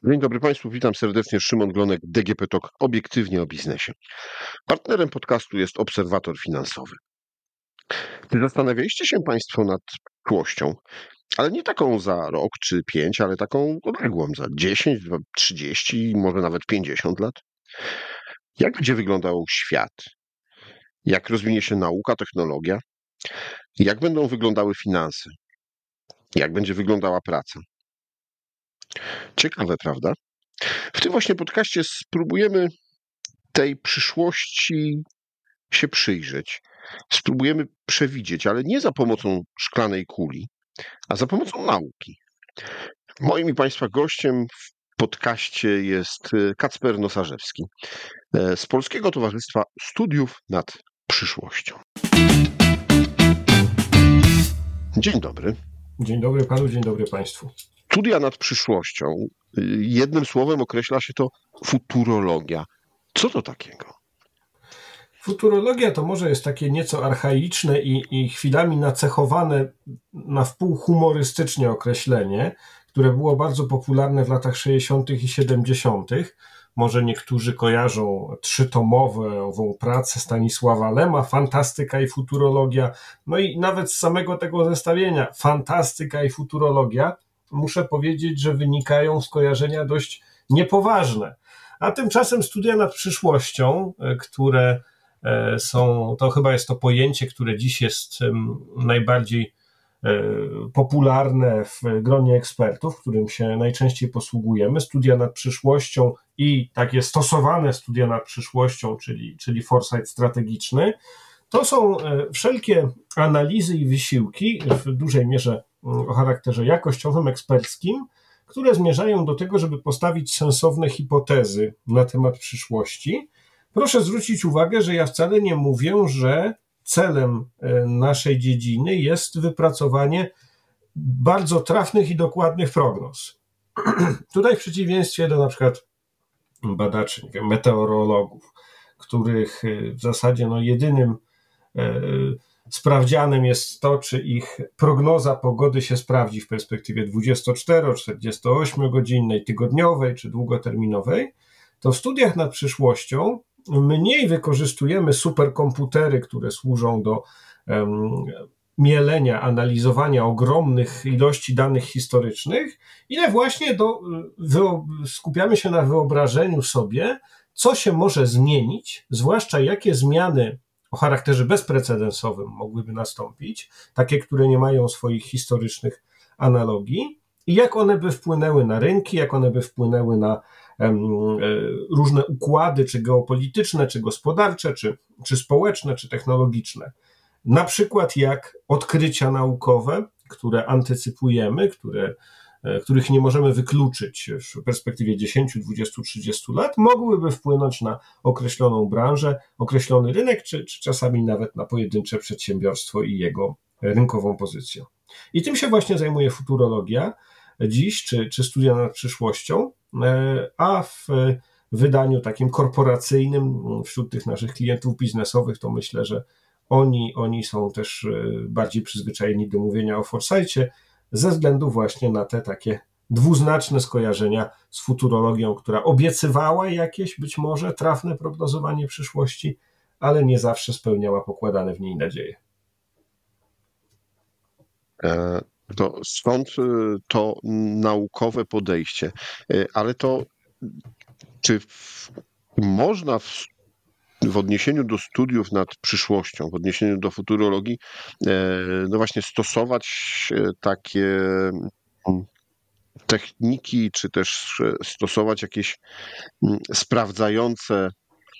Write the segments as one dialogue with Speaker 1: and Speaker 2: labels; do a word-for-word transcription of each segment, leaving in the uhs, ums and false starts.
Speaker 1: Dzień dobry Państwu, witam serdecznie. Szymon Glonek, D G P Talk, obiektywnie o biznesie. Partnerem podcastu jest Obserwator Finansowy. Czy zastanawialiście się Państwo nad przyszłością, ale nie taką za rok czy pięć, ale taką odległą, za dziesięć, trzydzieści, może nawet pięćdziesiąt lat? Jak będzie wyglądał świat? Jak rozwinie się nauka, technologia? Jak będą wyglądały finanse? Jak będzie wyglądała praca? Ciekawe, prawda? W tym właśnie podcaście spróbujemy tej przyszłości się przyjrzeć. Spróbujemy przewidzieć, ale nie za pomocą szklanej kuli, a za pomocą nauki. Moim i Państwa gościem w podcaście jest Kacper Nosarzewski z Polskiego Towarzystwa Studiów nad Przyszłością. Dzień dobry.
Speaker 2: Dzień dobry Panu, dzień dobry Państwu.
Speaker 1: Studia nad przyszłością. Jednym słowem określa się to futurologia. Co to takiego?
Speaker 2: Futurologia to może jest takie nieco archaiczne i, i chwilami nacechowane na wpół humorystycznie określenie, które było bardzo popularne w latach sześćdziesiątych i siedemdziesiątych. Może niektórzy kojarzą trzytomową pracę Stanisława Lema, Fantastyka i futurologia. No i nawet z samego tego zestawienia, Fantastyka i futurologia, muszę powiedzieć, że wynikają z kojarzenia dość niepoważne. A tymczasem studia nad przyszłością, które są, to chyba jest to pojęcie, które dziś jest najbardziej popularne w gronie ekspertów, którym się najczęściej posługujemy. Studia nad przyszłością i takie stosowane studia nad przyszłością, czyli, czyli foresight strategiczny, to są wszelkie analizy i wysiłki w dużej mierze o charakterze jakościowym, eksperckim, które zmierzają do tego, żeby postawić sensowne hipotezy na temat przyszłości. Proszę zwrócić uwagę, że ja wcale nie mówię, że celem naszej dziedziny jest wypracowanie bardzo trafnych i dokładnych prognoz. Tutaj w przeciwieństwie do na przykład badaczy, nie wiem, meteorologów, których w zasadzie no jedynym sprawdzianem jest to, czy ich prognoza pogody się sprawdzi w perspektywie dwudziesto-cztero-, czterdziesto-ośmiogodzinnej, tygodniowej czy długoterminowej, to w studiach nad przyszłością mniej wykorzystujemy superkomputery, które służą do um, mielenia, analizowania ogromnych ilości danych historycznych, ile właśnie do, wyo, skupiamy się na wyobrażeniu sobie, co się może zmienić, zwłaszcza jakie zmiany o charakterze bezprecedensowym mogłyby nastąpić, takie, które nie mają swoich historycznych analogii, i jak one by wpłynęły na rynki, jak one by wpłynęły na um, różne układy, czy geopolityczne, czy gospodarcze, czy, czy społeczne, czy technologiczne. Na przykład jak odkrycia naukowe, które antycypujemy, które, których nie możemy wykluczyć w perspektywie dziesięć, dwadzieścia, trzydzieści lat, mogłyby wpłynąć na określoną branżę, określony rynek, czy, czy czasami nawet na pojedyncze przedsiębiorstwo i jego rynkową pozycję. I tym się właśnie zajmuje futurologia dziś, czy, czy studia nad przyszłością, a w wydaniu takim korporacyjnym wśród tych naszych klientów biznesowych to myślę, że oni, oni są też bardziej przyzwyczajeni do mówienia o foresightie ze względu właśnie na te takie dwuznaczne skojarzenia z futurologią, która obiecywała jakieś być może trafne prognozowanie przyszłości, ale nie zawsze spełniała pokładane w niej nadzieje.
Speaker 1: To stąd to naukowe podejście, ale to czy w, można w, w odniesieniu do studiów nad przyszłością, w odniesieniu do futurologii, no właśnie stosować takie techniki, czy też stosować jakieś sprawdzające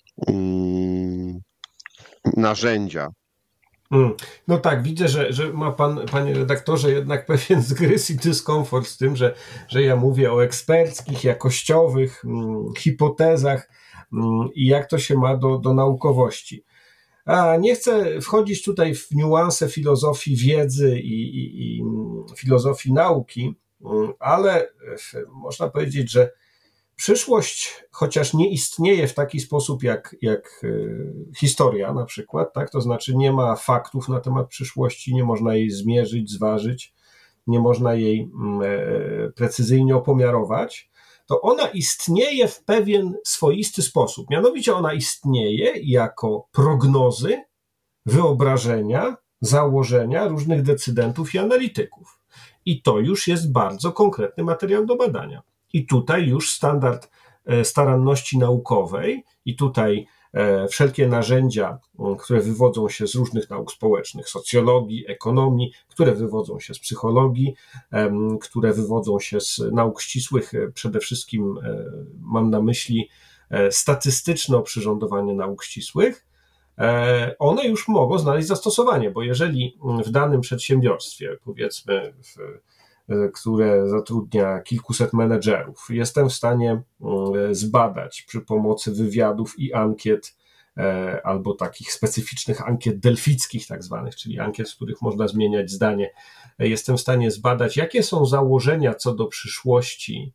Speaker 1: narzędzia?
Speaker 2: No tak, widzę, że, że ma pan, panie redaktorze, jednak pewien zgryz i dyskomfort z tym, że, że ja mówię o eksperckich, jakościowych mm, hipotezach mm, i jak to się ma do, do naukowości. A nie chcę wchodzić tutaj w niuanse filozofii wiedzy i, i, i filozofii nauki, ale można powiedzieć, że przyszłość, chociaż nie istnieje w taki sposób jak, jak historia na przykład, tak? To znaczy nie ma faktów na temat przyszłości, nie można jej zmierzyć, zważyć, nie można jej precyzyjnie opomiarować, to ona istnieje w pewien swoisty sposób. Mianowicie ona istnieje jako prognozy, wyobrażenia, założenia różnych decydentów i analityków. I to już jest bardzo konkretny materiał do badania. I tutaj już standard staranności naukowej i tutaj wszelkie narzędzia, które wywodzą się z różnych nauk społecznych, socjologii, ekonomii, które wywodzą się z psychologii, które wywodzą się z nauk ścisłych, przede wszystkim mam na myśli statystyczne oprzyrządowanie nauk ścisłych, one już mogą znaleźć zastosowanie, bo jeżeli w danym przedsiębiorstwie, powiedzmy, w, które zatrudnia kilkuset menedżerów, jestem w stanie zbadać przy pomocy wywiadów i ankiet, albo takich specyficznych ankiet delfickich tak zwanych, czyli ankiet, z których można zmieniać zdanie, jestem w stanie zbadać, jakie są założenia co do przyszłości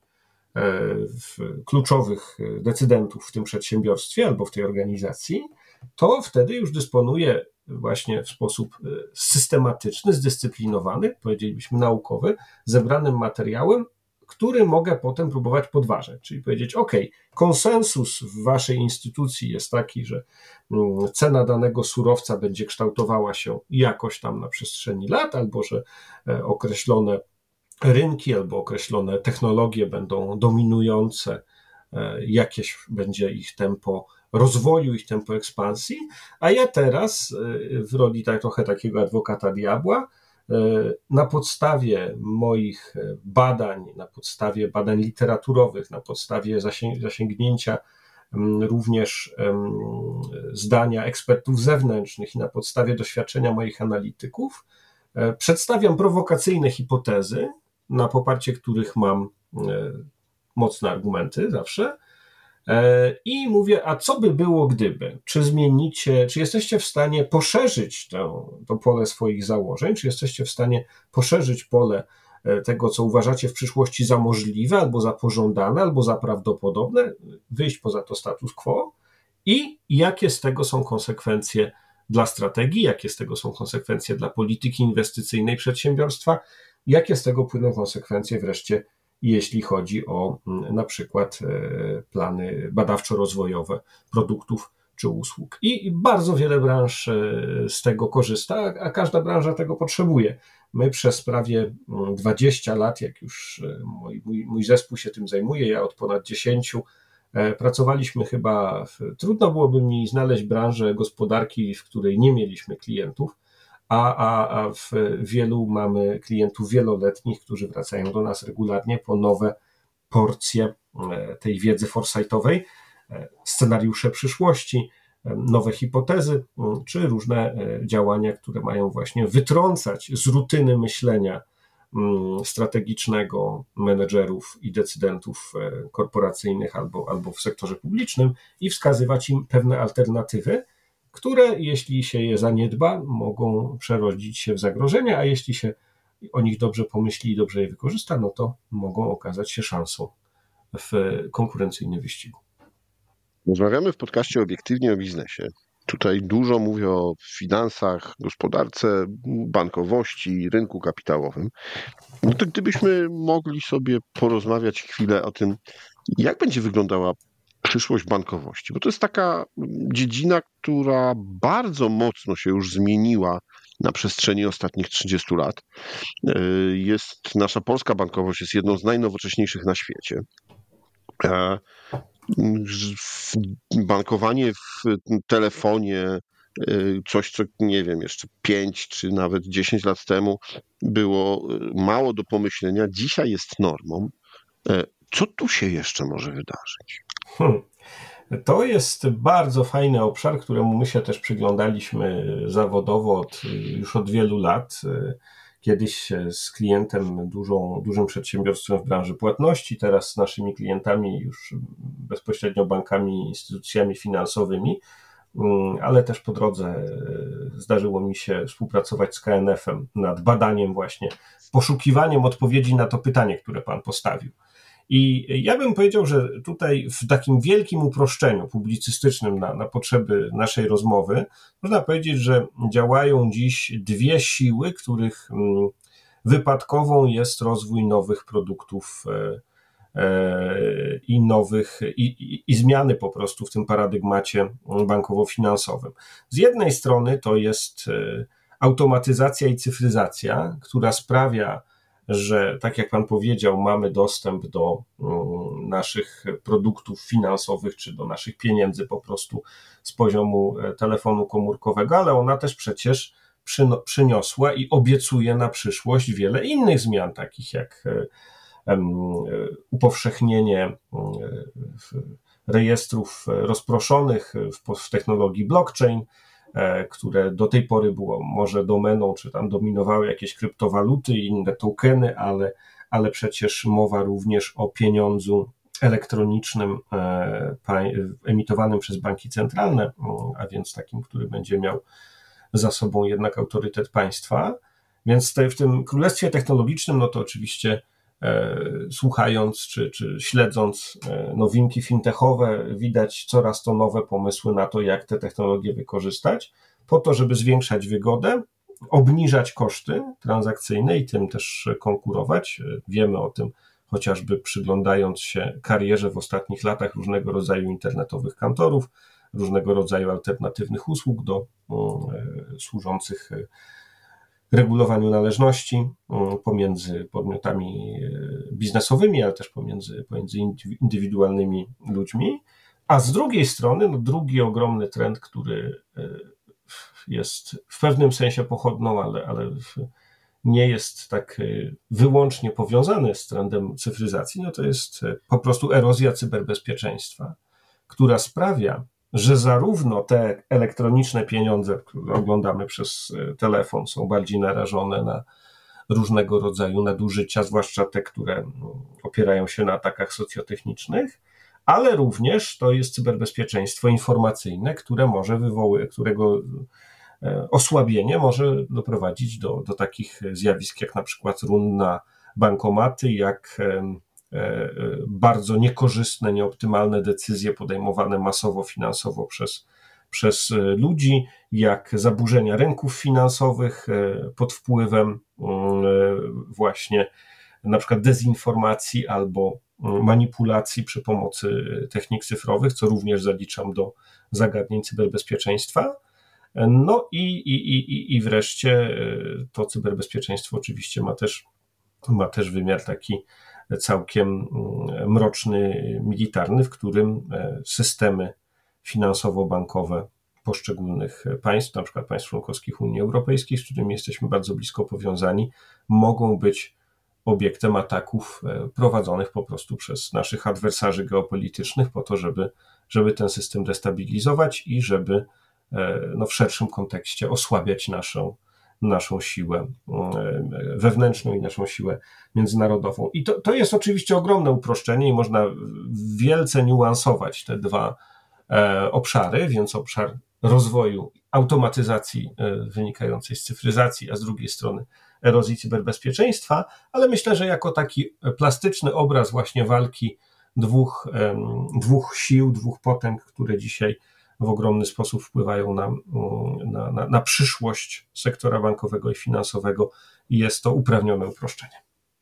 Speaker 2: kluczowych decydentów w tym przedsiębiorstwie albo w tej organizacji, to wtedy już dysponuję właśnie w sposób systematyczny, zdyscyplinowany, powiedzielibyśmy naukowy, zebranym materiałem, który mogę potem próbować podważać, czyli powiedzieć, ok, konsensus w waszej instytucji jest taki, że cena danego surowca będzie kształtowała się jakoś tam na przestrzeni lat, albo że określone rynki albo określone technologie będą dominujące, jakieś będzie ich tempo rozwoju, ich tempo ekspansji, a ja teraz w roli tak, trochę takiego adwokata diabła na podstawie moich badań, na podstawie badań literaturowych, na podstawie zasięg- zasięgnięcia również zdania ekspertów zewnętrznych i na podstawie doświadczenia moich analityków przedstawiam prowokacyjne hipotezy, na poparcie których mam mocne argumenty zawsze, i mówię, a co by było gdyby? Czy zmienicie, czy jesteście w stanie poszerzyć to, to pole swoich założeń, czy jesteście w stanie poszerzyć pole tego, co uważacie w przyszłości za możliwe, albo za pożądane, albo za prawdopodobne, wyjść poza to status quo i jakie z tego są konsekwencje dla strategii, jakie z tego są konsekwencje dla polityki inwestycyjnej przedsiębiorstwa, jakie z tego płyną konsekwencje wreszcie, jeśli chodzi o na przykład plany badawczo-rozwojowe produktów czy usług. I bardzo wiele branż z tego korzysta, a każda branża tego potrzebuje. My przez prawie dwadzieścia lat, jak już mój, mój, mój zespół się tym zajmuje, ja od ponad dziesięciu, pracowaliśmy chyba, w, trudno byłoby mi znaleźć branżę gospodarki, w której nie mieliśmy klientów, A, a, a w wielu mamy klientów wieloletnich, którzy wracają do nas regularnie po nowe porcje tej wiedzy foresightowej, scenariusze przyszłości, nowe hipotezy, czy różne działania, które mają właśnie wytrącać z rutyny myślenia strategicznego menedżerów i decydentów korporacyjnych albo, albo w sektorze publicznym i wskazywać im pewne alternatywy, które, jeśli się je zaniedba, mogą przerodzić się w zagrożenia, a jeśli się o nich dobrze pomyśli i dobrze je wykorzysta, no to mogą okazać się szansą w konkurencyjnym wyścigu.
Speaker 1: Rozmawiamy w podcaście obiektywnie o biznesie. Tutaj dużo mówię o finansach, gospodarce, bankowości, rynku kapitałowym. No to gdybyśmy mogli sobie porozmawiać chwilę o tym, jak będzie wyglądała przyszłość bankowości, bo to jest taka dziedzina, która bardzo mocno się już zmieniła na przestrzeni ostatnich trzydziestu lat. Jest, nasza polska bankowość jest jedną z najnowocześniejszych na świecie. Bankowanie w telefonie, coś co, nie wiem, jeszcze pięć czy nawet dziesięć lat temu było mało do pomyślenia, dzisiaj jest normą. Co tu się jeszcze może wydarzyć?
Speaker 2: Hmm. To jest bardzo fajny obszar, któremu my się też przyglądaliśmy zawodowo od, już od wielu lat. Kiedyś z klientem, dużą, dużym przedsiębiorstwem w branży płatności, teraz z naszymi klientami już bezpośrednio bankami, instytucjami finansowymi, ale też po drodze zdarzyło mi się współpracować z K N F-em nad badaniem właśnie, poszukiwaniem odpowiedzi na to pytanie, które pan postawił. I ja bym powiedział, że tutaj w takim wielkim uproszczeniu publicystycznym na, na potrzeby naszej rozmowy można powiedzieć, że działają dziś dwie siły, których wypadkową jest rozwój nowych produktów i nowych, i, i, i zmiany po prostu w tym paradygmacie bankowo-finansowym. Z jednej strony to jest automatyzacja i cyfryzacja, która sprawia, że tak jak pan powiedział, mamy dostęp do naszych produktów finansowych, czy do naszych pieniędzy po prostu z poziomu telefonu komórkowego, ale ona też przecież przyniosła i obiecuje na przyszłość wiele innych zmian, takich jak upowszechnienie rejestrów rozproszonych w technologii blockchain, które do tej pory było może domeną, czy tam dominowały jakieś kryptowaluty i inne tokeny, ale, ale przecież mowa również o pieniądzu elektronicznym emitowanym przez banki centralne, a więc takim, który będzie miał za sobą jednak autorytet państwa. Więc w tym królestwie technologicznym, no to oczywiście słuchając czy, czy śledząc nowinki fintechowe, widać coraz to nowe pomysły na to, jak te technologie wykorzystać, po to, żeby zwiększać wygodę, obniżać koszty transakcyjne i tym też konkurować. Wiemy o tym chociażby przyglądając się karierze w ostatnich latach różnego rodzaju internetowych kantorów, różnego rodzaju alternatywnych usług do służących regulowaniu należności pomiędzy podmiotami biznesowymi, ale też pomiędzy, pomiędzy indywidualnymi ludźmi. A z drugiej strony, no drugi ogromny trend, który jest w pewnym sensie pochodną, ale, ale nie jest tak wyłącznie powiązany z trendem cyfryzacji, no to jest po prostu erozja cyberbezpieczeństwa, która sprawia, że zarówno te elektroniczne pieniądze, które oglądamy przez telefon, są bardziej narażone na różnego rodzaju nadużycia, zwłaszcza te, które opierają się na atakach socjotechnicznych, ale również to jest cyberbezpieczeństwo informacyjne, które może wywołać, którego osłabienie może doprowadzić do, do takich zjawisk jak na przykład run na bankomaty, jak bardzo niekorzystne, nieoptymalne decyzje podejmowane masowo, finansowo przez, przez ludzi, jak zaburzenia rynków finansowych pod wpływem właśnie na przykład dezinformacji albo manipulacji przy pomocy technik cyfrowych, co również zaliczam do zagadnień cyberbezpieczeństwa. No i, i, i, i wreszcie to cyberbezpieczeństwo oczywiście ma też, ma też wymiar taki całkiem mroczny, militarny, w którym systemy finansowo-bankowe poszczególnych państw, na przykład państw członkowskich Unii Europejskiej, z którymi jesteśmy bardzo blisko powiązani, mogą być obiektem ataków prowadzonych po prostu przez naszych adwersarzy geopolitycznych po to, żeby, żeby ten system destabilizować i żeby no, w szerszym kontekście osłabiać naszą naszą siłę wewnętrzną i naszą siłę międzynarodową. I to, to jest oczywiście ogromne uproszczenie i można wielce niuansować te dwa e, obszary, więc obszar rozwoju automatyzacji e, wynikającej z cyfryzacji, a z drugiej strony erozji cyberbezpieczeństwa, ale myślę, że jako taki plastyczny obraz właśnie walki dwóch, e, dwóch sił, dwóch potęg, które dzisiaj w ogromny sposób wpływają na, na, na, na przyszłość sektora bankowego i finansowego i jest to uprawnione uproszczenie.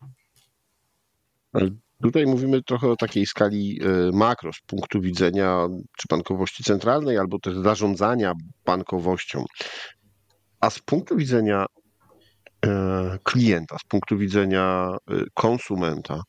Speaker 1: Tutaj mówimy trochę o takiej skali makro, z punktu widzenia czy bankowości centralnej, albo też zarządzania bankowością. A z punktu widzenia klienta, z punktu widzenia konsumenta,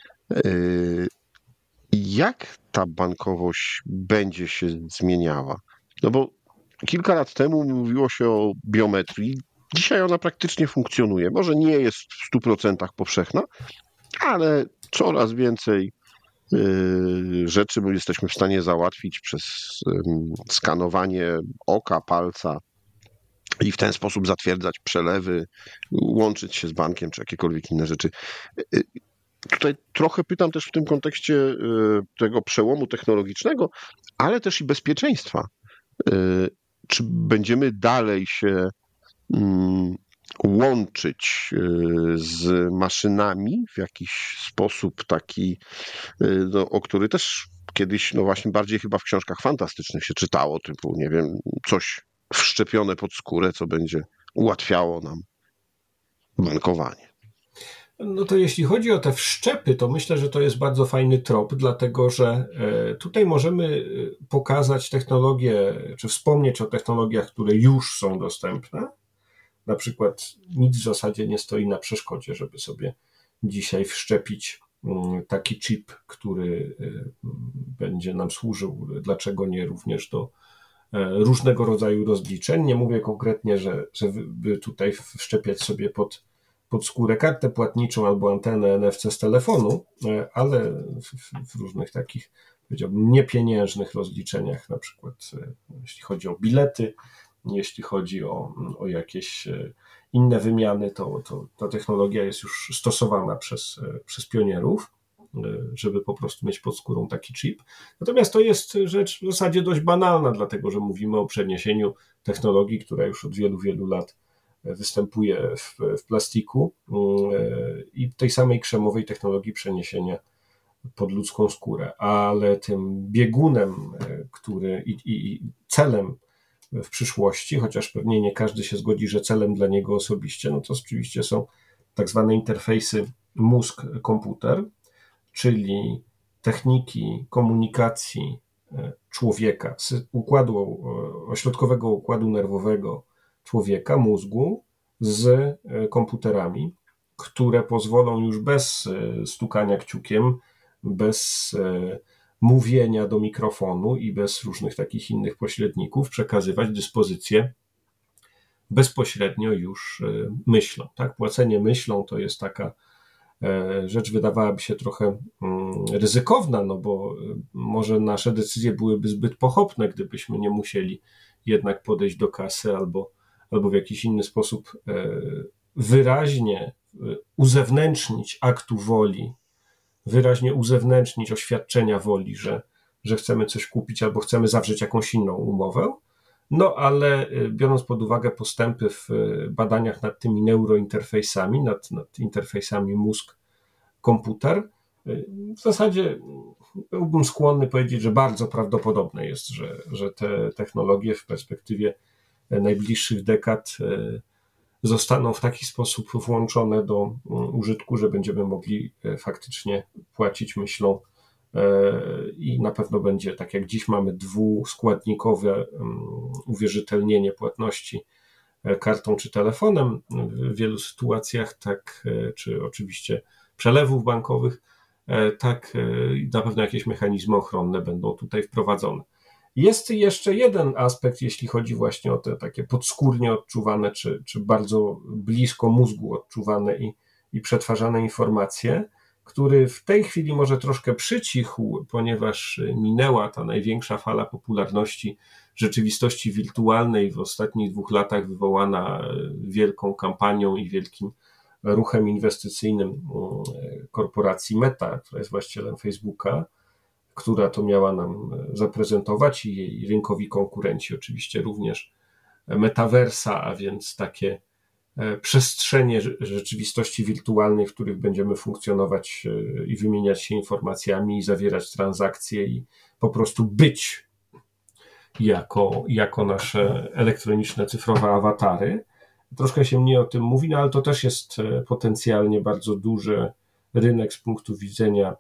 Speaker 1: jak ta bankowość będzie się zmieniała? No bo kilka lat temu mówiło się o biometrii. Dzisiaj ona praktycznie funkcjonuje. Może nie jest w stu procentach powszechna, ale coraz więcej rzeczy my jesteśmy w stanie załatwić przez skanowanie oka, palca i w ten sposób zatwierdzać przelewy, łączyć się z bankiem czy jakiekolwiek inne rzeczy. Tutaj trochę pytam też w tym kontekście tego przełomu technologicznego, ale też i bezpieczeństwa. Czy będziemy dalej się łączyć z maszynami w jakiś sposób taki, no, o który też kiedyś, no właśnie bardziej chyba w książkach fantastycznych się czytało, typu, nie wiem, coś wszczepione pod skórę, co będzie ułatwiało nam bankowanie.
Speaker 2: No to jeśli chodzi o te wszczepy, to myślę, że to jest bardzo fajny trop, dlatego że tutaj możemy pokazać technologie, czy wspomnieć o technologiach, które już są dostępne. Na przykład nic w zasadzie nie stoi na przeszkodzie, żeby sobie dzisiaj wszczepić taki chip, który będzie nam służył, dlaczego nie, również do różnego rodzaju rozliczeń. Nie mówię konkretnie, że, żeby tutaj wszczepiać sobie pod, pod skórę kartę płatniczą albo antenę N F C z telefonu, ale w, w różnych takich, powiedziałbym, niepieniężnych rozliczeniach, na przykład jeśli chodzi o bilety, jeśli chodzi o, o jakieś inne wymiany, to, to ta technologia jest już stosowana przez, przez pionierów, żeby po prostu mieć pod skórą taki chip. Natomiast to jest rzecz w zasadzie dość banalna, dlatego że mówimy o przeniesieniu technologii, która już od wielu, wielu lat występuje w, w plastiku i tej samej krzemowej technologii przeniesienia pod ludzką skórę, ale tym biegunem, który i, i celem w przyszłości, chociaż pewnie nie każdy się zgodzi, że celem dla niego osobiście, no to oczywiście są tak zwane interfejsy mózg-komputer, czyli techniki komunikacji człowieka, z układu, ośrodkowego układu nerwowego człowieka, mózgu, z komputerami, które pozwolą już bez stukania kciukiem, bez mówienia do mikrofonu i bez różnych takich innych pośredników przekazywać dyspozycje bezpośrednio już myślą. Tak? Płacenie myślą to jest taka rzecz, wydawałaby się trochę ryzykowna, no bo może nasze decyzje byłyby zbyt pochopne, gdybyśmy nie musieli jednak podejść do kasy albo, albo w jakiś inny sposób wyraźnie uzewnętrznić aktu woli, wyraźnie uzewnętrznić oświadczenia woli, że, że chcemy coś kupić albo chcemy zawrzeć jakąś inną umowę. No ale biorąc pod uwagę postępy w badaniach nad tymi neurointerfejsami, nad, nad interfejsami mózg-komputer, w zasadzie byłbym skłonny powiedzieć, że bardzo prawdopodobne jest, że, że te technologie w perspektywie najbliższych dekad zostaną w taki sposób włączone do użytku, że będziemy mogli faktycznie płacić myślą i na pewno będzie, tak jak dziś mamy dwuskładnikowe uwierzytelnienie płatności kartą czy telefonem w wielu sytuacjach, tak, czy oczywiście przelewów bankowych, tak na pewno jakieś mechanizmy ochronne będą tutaj wprowadzone. Jest jeszcze jeden aspekt, jeśli chodzi właśnie o te takie podskórnie odczuwane, czy, czy bardzo blisko mózgu odczuwane i, i przetwarzane informacje, który w tej chwili może troszkę przycichł, ponieważ minęła ta największa fala popularności rzeczywistości wirtualnej w ostatnich dwóch latach, wywołana wielką kampanią i wielkim ruchem inwestycyjnym korporacji Meta, która jest właścicielem Facebooka, która to miała nam zaprezentować, i jej rynkowi konkurenci oczywiście również metaversa, a więc takie przestrzenie rzeczywistości wirtualnej, w których będziemy funkcjonować i wymieniać się informacjami i zawierać transakcje i po prostu być jako, jako nasze elektroniczne, cyfrowe awatary. Troszkę się mniej o tym mówi, no ale to też jest potencjalnie bardzo duży rynek z punktu widzenia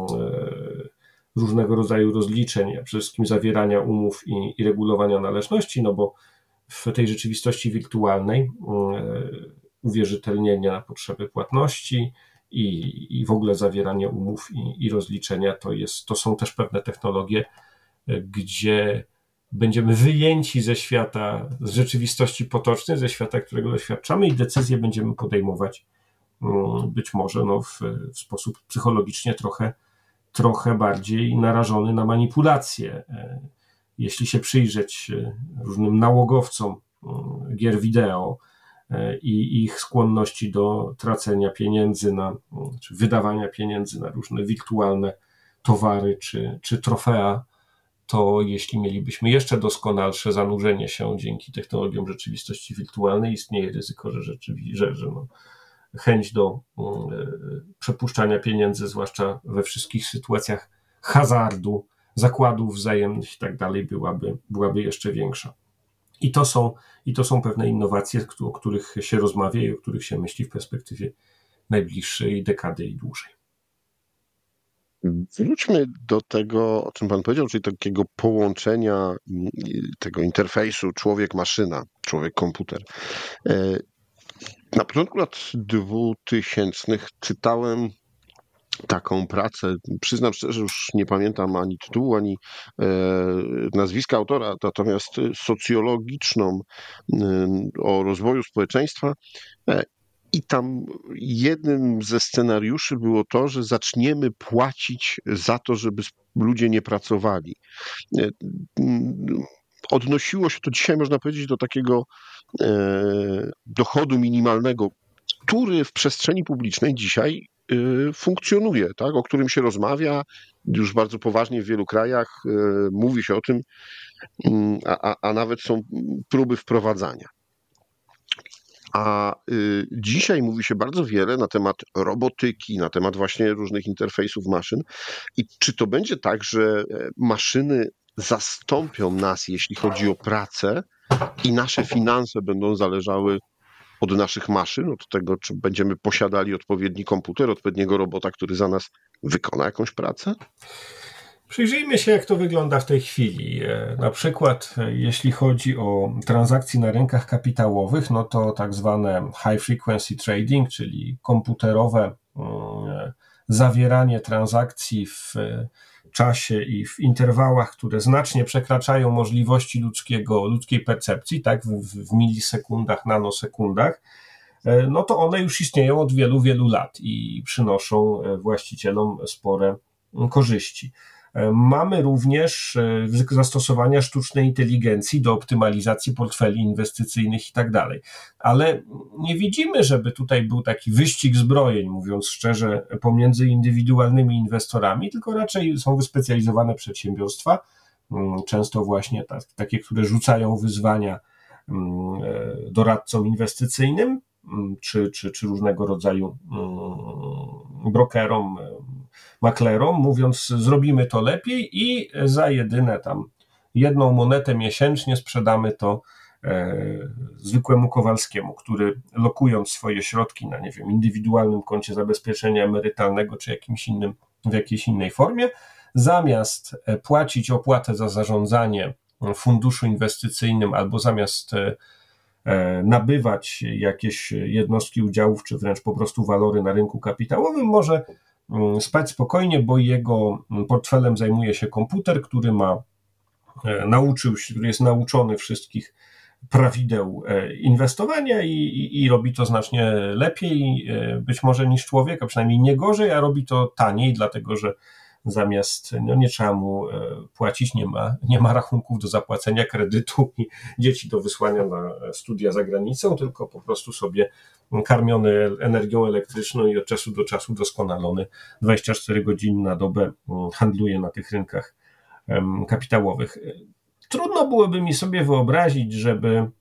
Speaker 2: różnego rodzaju rozliczeń, przede wszystkim zawierania umów i, i regulowania należności, no bo w tej rzeczywistości wirtualnej uwierzytelnienia na potrzeby płatności i, i w ogóle zawieranie umów i, i rozliczenia to, jest, to są też pewne technologie, gdzie będziemy wyjęci ze świata, z rzeczywistości potocznej, ze świata, którego doświadczamy, i decyzje będziemy podejmować być może no, w, w sposób psychologicznie trochę, trochę bardziej narażony na manipulacje. Jeśli się przyjrzeć różnym nałogowcom gier wideo i ich skłonności do tracenia pieniędzy na, czy wydawania pieniędzy na różne wirtualne towary czy, czy trofea, to jeśli mielibyśmy jeszcze doskonalsze zanurzenie się dzięki technologiom rzeczywistości wirtualnej, istnieje ryzyko, że rzeczywiście, że, że no, chęć do przepuszczania pieniędzy, zwłaszcza we wszystkich sytuacjach hazardu, zakładów wzajemnych i tak dalej, byłaby, byłaby jeszcze większa. I to są, i to są pewne innowacje, o których się rozmawia i o których się myśli w perspektywie najbliższej dekady i dłużej.
Speaker 1: Wróćmy do tego, o czym pan powiedział, czyli takiego połączenia tego interfejsu człowiek-maszyna, człowiek-komputer. Na początku lat dwutysięcznych czytałem taką pracę, przyznam szczerze, już nie pamiętam ani tytułu, ani e, nazwiska autora, natomiast socjologiczną e, o rozwoju społeczeństwa. E, I tam jednym ze scenariuszy było to, że zaczniemy płacić za to, żeby ludzie nie pracowali. E, odnosiło się to dzisiaj, można powiedzieć, do takiego e, dochodu minimalnego, który w przestrzeni publicznej dzisiaj funkcjonuje, tak, o którym się rozmawia już bardzo poważnie w wielu krajach, mówi się o tym, a, a, a nawet są próby wprowadzania. A y, dzisiaj mówi się bardzo wiele na temat robotyki, na temat właśnie różnych interfejsów maszyn. I czy to będzie tak, że maszyny zastąpią nas, jeśli chodzi o pracę, i nasze finanse będą zależały od naszych maszyn, od tego, czy będziemy posiadali odpowiedni komputer, odpowiedniego robota, który za nas wykona jakąś pracę?
Speaker 2: Przyjrzyjmy się, jak to wygląda w tej chwili. Na przykład, jeśli chodzi o transakcje na rynkach kapitałowych, no to tak zwane high frequency trading, czyli komputerowe zawieranie transakcji w czasie i w interwałach, które znacznie przekraczają możliwości ludzkiego, ludzkiej percepcji, tak, w, w milisekundach, nanosekundach, no to one już istnieją od wielu, wielu lat i przynoszą właścicielom spore korzyści. Mamy również zastosowania sztucznej inteligencji do optymalizacji portfeli inwestycyjnych i tak dalej. Ale nie widzimy, żeby tutaj był taki wyścig zbrojeń, mówiąc szczerze, pomiędzy indywidualnymi inwestorami, tylko raczej są wyspecjalizowane przedsiębiorstwa, często właśnie tak, takie, które rzucają wyzwania doradcom inwestycyjnym, czy, czy, czy różnego rodzaju brokerom, maklerom, mówiąc, zrobimy to lepiej i za jedyne tam jedną monetę miesięcznie sprzedamy to e, zwykłemu Kowalskiemu, który lokując swoje środki na, nie wiem, indywidualnym koncie zabezpieczenia emerytalnego czy jakimś innym, w jakiejś innej formie, zamiast płacić opłatę za zarządzanie w funduszu inwestycyjnym albo zamiast e, nabywać jakieś jednostki udziałów, czy wręcz po prostu walory na rynku kapitałowym, może spać spokojnie, bo jego portfelem zajmuje się komputer, który ma, nauczył się, który jest nauczony wszystkich prawideł inwestowania i, i, i robi to znacznie lepiej, być może niż człowiek, a przynajmniej nie gorzej, a robi to taniej, dlatego że zamiast, no nie trzeba mu płacić, nie ma, nie ma rachunków do zapłacenia kredytu i dzieci do wysłania na studia za granicą, tylko po prostu sobie karmiony energią elektryczną i od czasu do czasu doskonalony dwadzieścia cztery godziny na dobę handluje na tych rynkach kapitałowych. Trudno byłoby mi sobie wyobrazić, żeby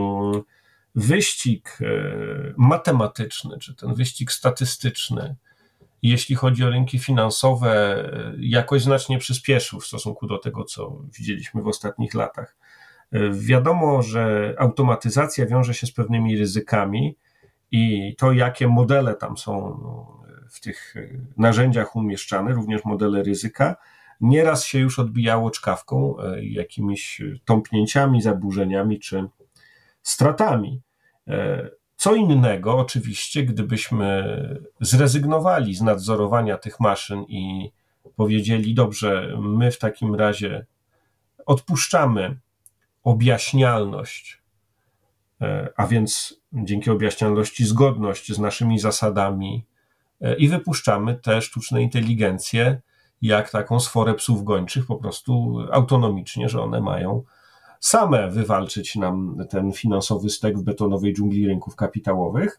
Speaker 2: wyścig matematyczny, czy ten wyścig statystyczny, jeśli chodzi o rynki finansowe, jakoś znacznie przyspieszył w stosunku do tego, co widzieliśmy w ostatnich latach. Wiadomo, że automatyzacja wiąże się z pewnymi ryzykami i to, jakie modele tam są w tych narzędziach umieszczane, również modele ryzyka, nieraz się już odbijało czkawką, jakimiś tąpnięciami, zaburzeniami czy stratami. Co innego oczywiście, gdybyśmy zrezygnowali z nadzorowania tych maszyn i powiedzieli, dobrze, my w takim razie odpuszczamy objaśnialność, a więc dzięki objaśnialności zgodność z naszymi zasadami i wypuszczamy te sztuczne inteligencje jak taką sforę psów gończych, po prostu autonomicznie, że one mają same wywalczyć nam ten finansowy stek w betonowej dżungli rynków kapitałowych.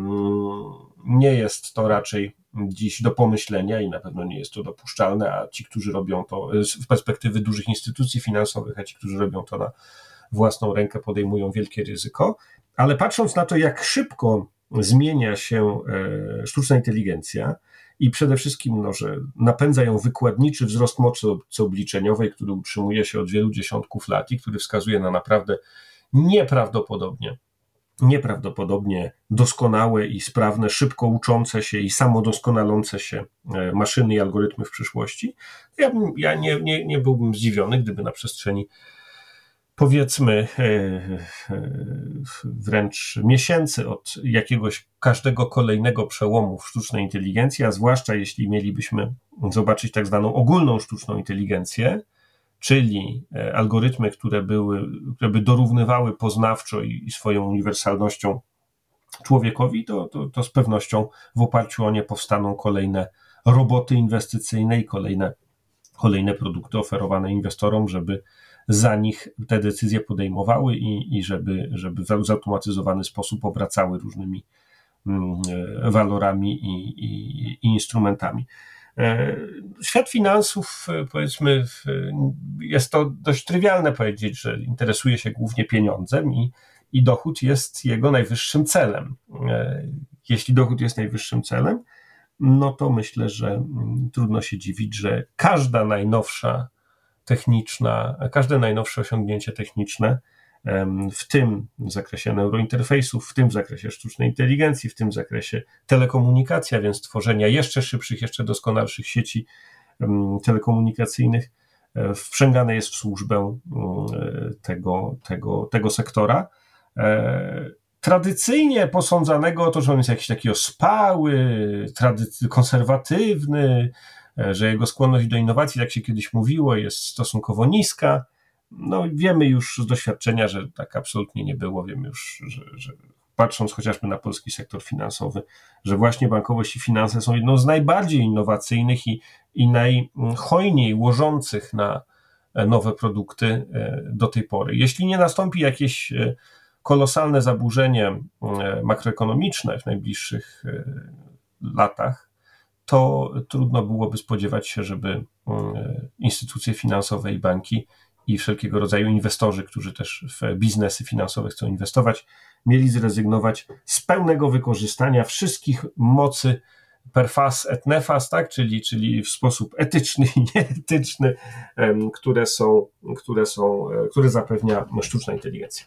Speaker 2: Nie jest to raczej dziś do pomyślenia i na pewno nie jest to dopuszczalne, a ci, którzy robią to z perspektywy dużych instytucji finansowych, a ci, którzy robią to na własną rękę, podejmują wielkie ryzyko. Ale patrząc na to, jak szybko zmienia się sztuczna inteligencja i przede wszystkim, no, że napędza ją wykładniczy wzrost mocy obliczeniowej, który utrzymuje się od wielu dziesiątków lat i który wskazuje na naprawdę nieprawdopodobnie nieprawdopodobnie doskonałe i sprawne, szybko uczące się i samodoskonalące się maszyny i algorytmy w przyszłości, ja, bym, ja nie, nie, nie byłbym zdziwiony, gdyby na przestrzeni powiedzmy wręcz miesięcy od jakiegoś każdego kolejnego przełomu w sztucznej inteligencji, a zwłaszcza jeśli mielibyśmy zobaczyć tak zwaną ogólną sztuczną inteligencję, czyli algorytmy, które, były, które by dorównywały poznawczo i, i swoją uniwersalnością człowiekowi, to, to, to z pewnością w oparciu o nie powstaną kolejne roboty inwestycyjne i kolejne, kolejne produkty oferowane inwestorom, żeby za nich te decyzje podejmowały i, i żeby, żeby w zautomatyzowany sposób obracały różnymi walorami i, i, i instrumentami. Świat finansów, powiedzmy, jest to dość trywialne powiedzieć, że interesuje się głównie pieniądzem i, i dochód jest jego najwyższym celem. Jeśli dochód jest najwyższym celem, no to myślę, że trudno się dziwić, że każda najnowsza techniczna, każde najnowsze osiągnięcie techniczne, w tym w zakresie neurointerfejsów, w tym w zakresie sztucznej inteligencji, w tym w zakresie telekomunikacji, a więc tworzenia jeszcze szybszych, jeszcze doskonalszych sieci telekomunikacyjnych, wprzęgane jest w służbę tego, tego, tego sektora. Tradycyjnie posądzanego o to, że on jest jakiś taki ospały, tradycy- konserwatywny, że jego skłonność do innowacji, jak się kiedyś mówiło, jest stosunkowo niska. No wiemy już z doświadczenia, że tak absolutnie nie było. Wiemy już, że, że patrząc chociażby na polski sektor finansowy, że właśnie bankowość i finanse są jedną z najbardziej innowacyjnych i, i najhojniej łożących na nowe produkty do tej pory. Jeśli nie nastąpi jakieś kolosalne zaburzenie makroekonomiczne w najbliższych latach, to trudno byłoby spodziewać się, żeby instytucje finansowe i banki i wszelkiego rodzaju inwestorzy, którzy też w biznesy finansowe chcą inwestować, mieli zrezygnować z pełnego wykorzystania wszystkich mocy per fas et nefas, tak? czyli, czyli w sposób etyczny i nieetyczny, które są, które są, które zapewnia sztuczna inteligencja.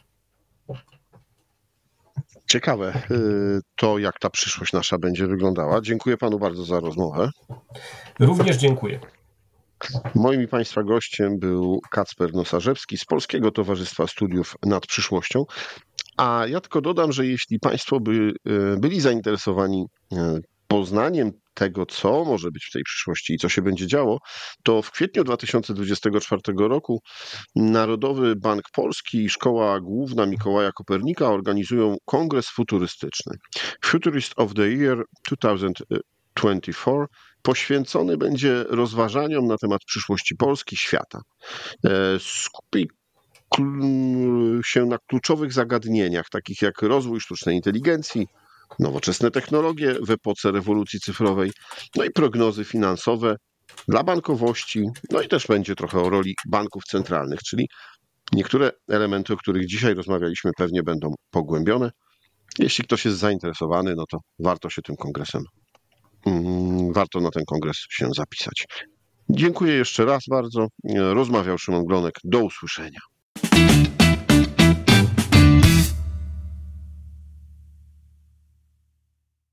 Speaker 1: Ciekawe to, jak ta przyszłość nasza będzie wyglądała. Dziękuję panu bardzo za rozmowę.
Speaker 2: Również dziękuję.
Speaker 1: Moim i państwa gościem był Kacper Nosarzewski z Polskiego Towarzystwa Studiów nad Przyszłością. A ja tylko dodam, że jeśli państwo by byli zainteresowani poznaniem tego, co może być w tej przyszłości i co się będzie działo, to w kwietniu dwa tysiące dwudziestego czwartego roku Narodowy Bank Polski i Szkoła Główna Mikołaja Kopernika organizują kongres futurystyczny Futurist of the Year dwa tysiące dwudziesty czwarty, poświęcony będzie rozważaniom na temat przyszłości Polski, świata. Skupi się na kluczowych zagadnieniach, takich jak rozwój sztucznej inteligencji, nowoczesne technologie w epoce rewolucji cyfrowej, no i prognozy finansowe dla bankowości, no i też będzie trochę o roli banków centralnych, czyli niektóre elementy, o których dzisiaj rozmawialiśmy, pewnie będą pogłębione. Jeśli ktoś jest zainteresowany, no to warto się tym kongresem, mm, warto na ten kongres się zapisać. Dziękuję jeszcze raz bardzo. Rozmawiał Szymon Glonek. Do usłyszenia.